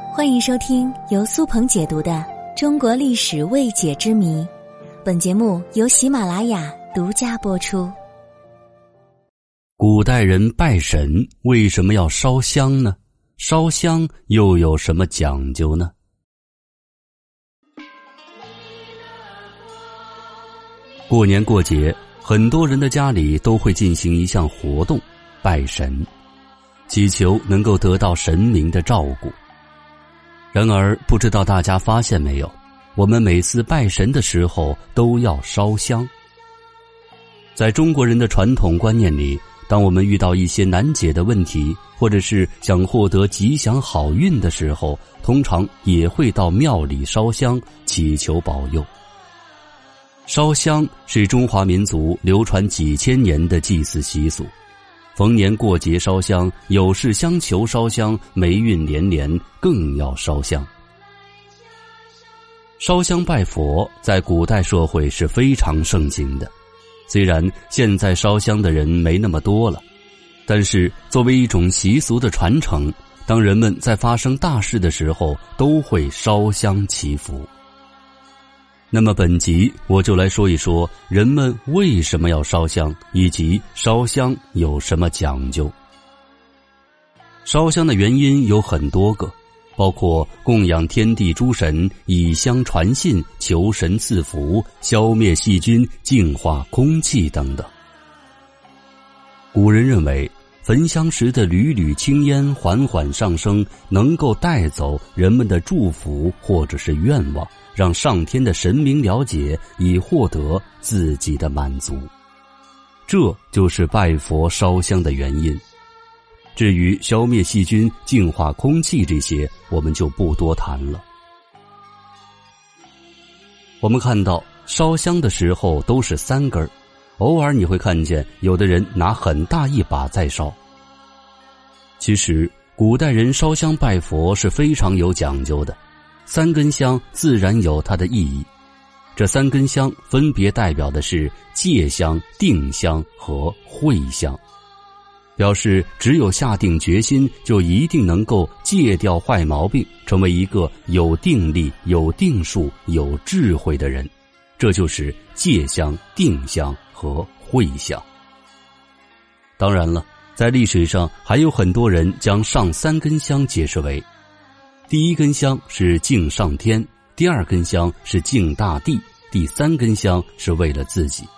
欢迎收听由苏鹏解读的《中国历史未解之谜》，本节目由喜马拉雅独家播出。 古代人拜神为什么要烧香呢？烧香又有什么讲究呢？过年过节，很多人的家里都会进行一项活动，拜神，祈求能够得到神明的照顾。然而，不知道大家发现没有，我们每次拜神的时候都要烧香。在中国人的传统观念里，当我们遇到一些难解的问题，或者是想获得吉祥好运的时候，通常也会到庙里烧香，祈求保佑。烧香是中华民族流传几千年的祭祀习俗，逢年过节烧香，有事相求烧香，霉运连连更要烧香。烧香拜佛在古代社会是非常盛行的，虽然现在烧香的人没那么多了，但是作为一种习俗的传承，当人们在发生大事的时候都会烧香祈福。那么本集我就来说一说人们为什么要烧香，以及烧香有什么讲究。烧香的原因有很多个，包括供养天地诸神、以香传信、求神赐福、消灭细菌、净化空气等等。古人认为，焚香时的缕缕青烟缓缓上升，能够带走人们的祝福或者是愿望，让上天的神明了解，以获得自己的满足。这就是拜佛烧香的原因。至于消灭细菌、净化空气这些，我们就不多谈了。我们看到烧香的时候都是3根，偶尔你会看见有的人拿很大一把在烧。其实古代人烧香拜佛是非常有讲究的，3根香自然有它的意义。这3根香分别代表的是戒香、定香和慧香，表示只有下定决心，就一定能够戒掉坏毛病，成为一个有定力、有定数、有智慧的人。这就是戒香、定香和慧香。当然了，在历史上还有很多人将上3根香解释为：第1根香是敬上天，第2根香是敬大地，第3根香是为了自己。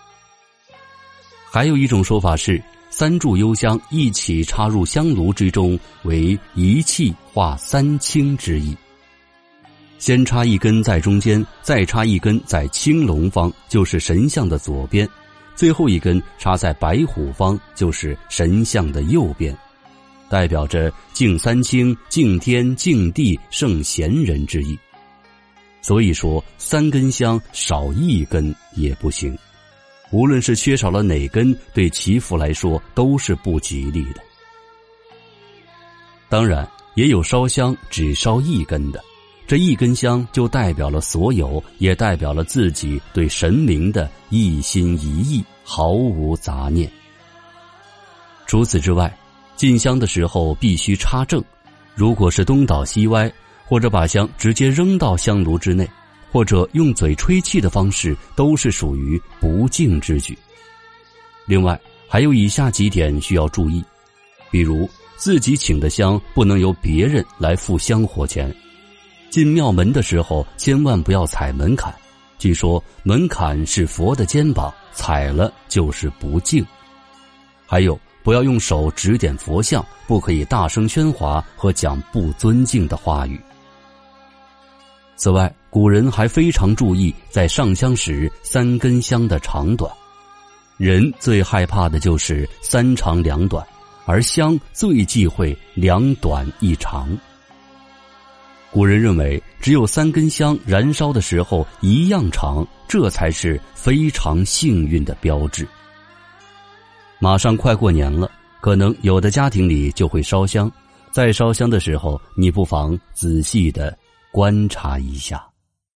还有一种说法是3炷幽香一起插入香炉之中，为一气化3清之意。先插1根在中间，再插1根在青龙方，就是神像的左边，最后1根插在白虎方，就是神像的右边，代表着敬3清、敬天、敬地、圣贤人之意。所以说3根香少1根也不行，无论是缺少了哪根，对祈福来说都是不吉利的。当然也有烧香只烧1根的，这1根香就代表了所有，也代表了自己对神明的一心一意，毫无杂念。除此之外，进香的时候必须插正，如果是东倒西歪，或者把香直接扔到香炉之内，或者用嘴吹气的方式，都是属于不敬之举。另外还有以下几点需要注意，比如自己请的香不能由别人来付香火钱，进庙门的时候千万不要踩门槛，据说门槛是佛的肩膀，踩了就是不敬。还有不要用手指点佛像，不可以大声喧哗和讲不尊敬的话语。此外，古人还非常注意在上香时3根香的长短。人最害怕的就是3长2短，而香最忌讳2短1长。古人认为，只有3根香燃烧的时候一样长，这才是非常幸运的标志。马上快过年了，可能有的家庭里就会烧香，在烧香的时候，你不妨仔细地观察一下。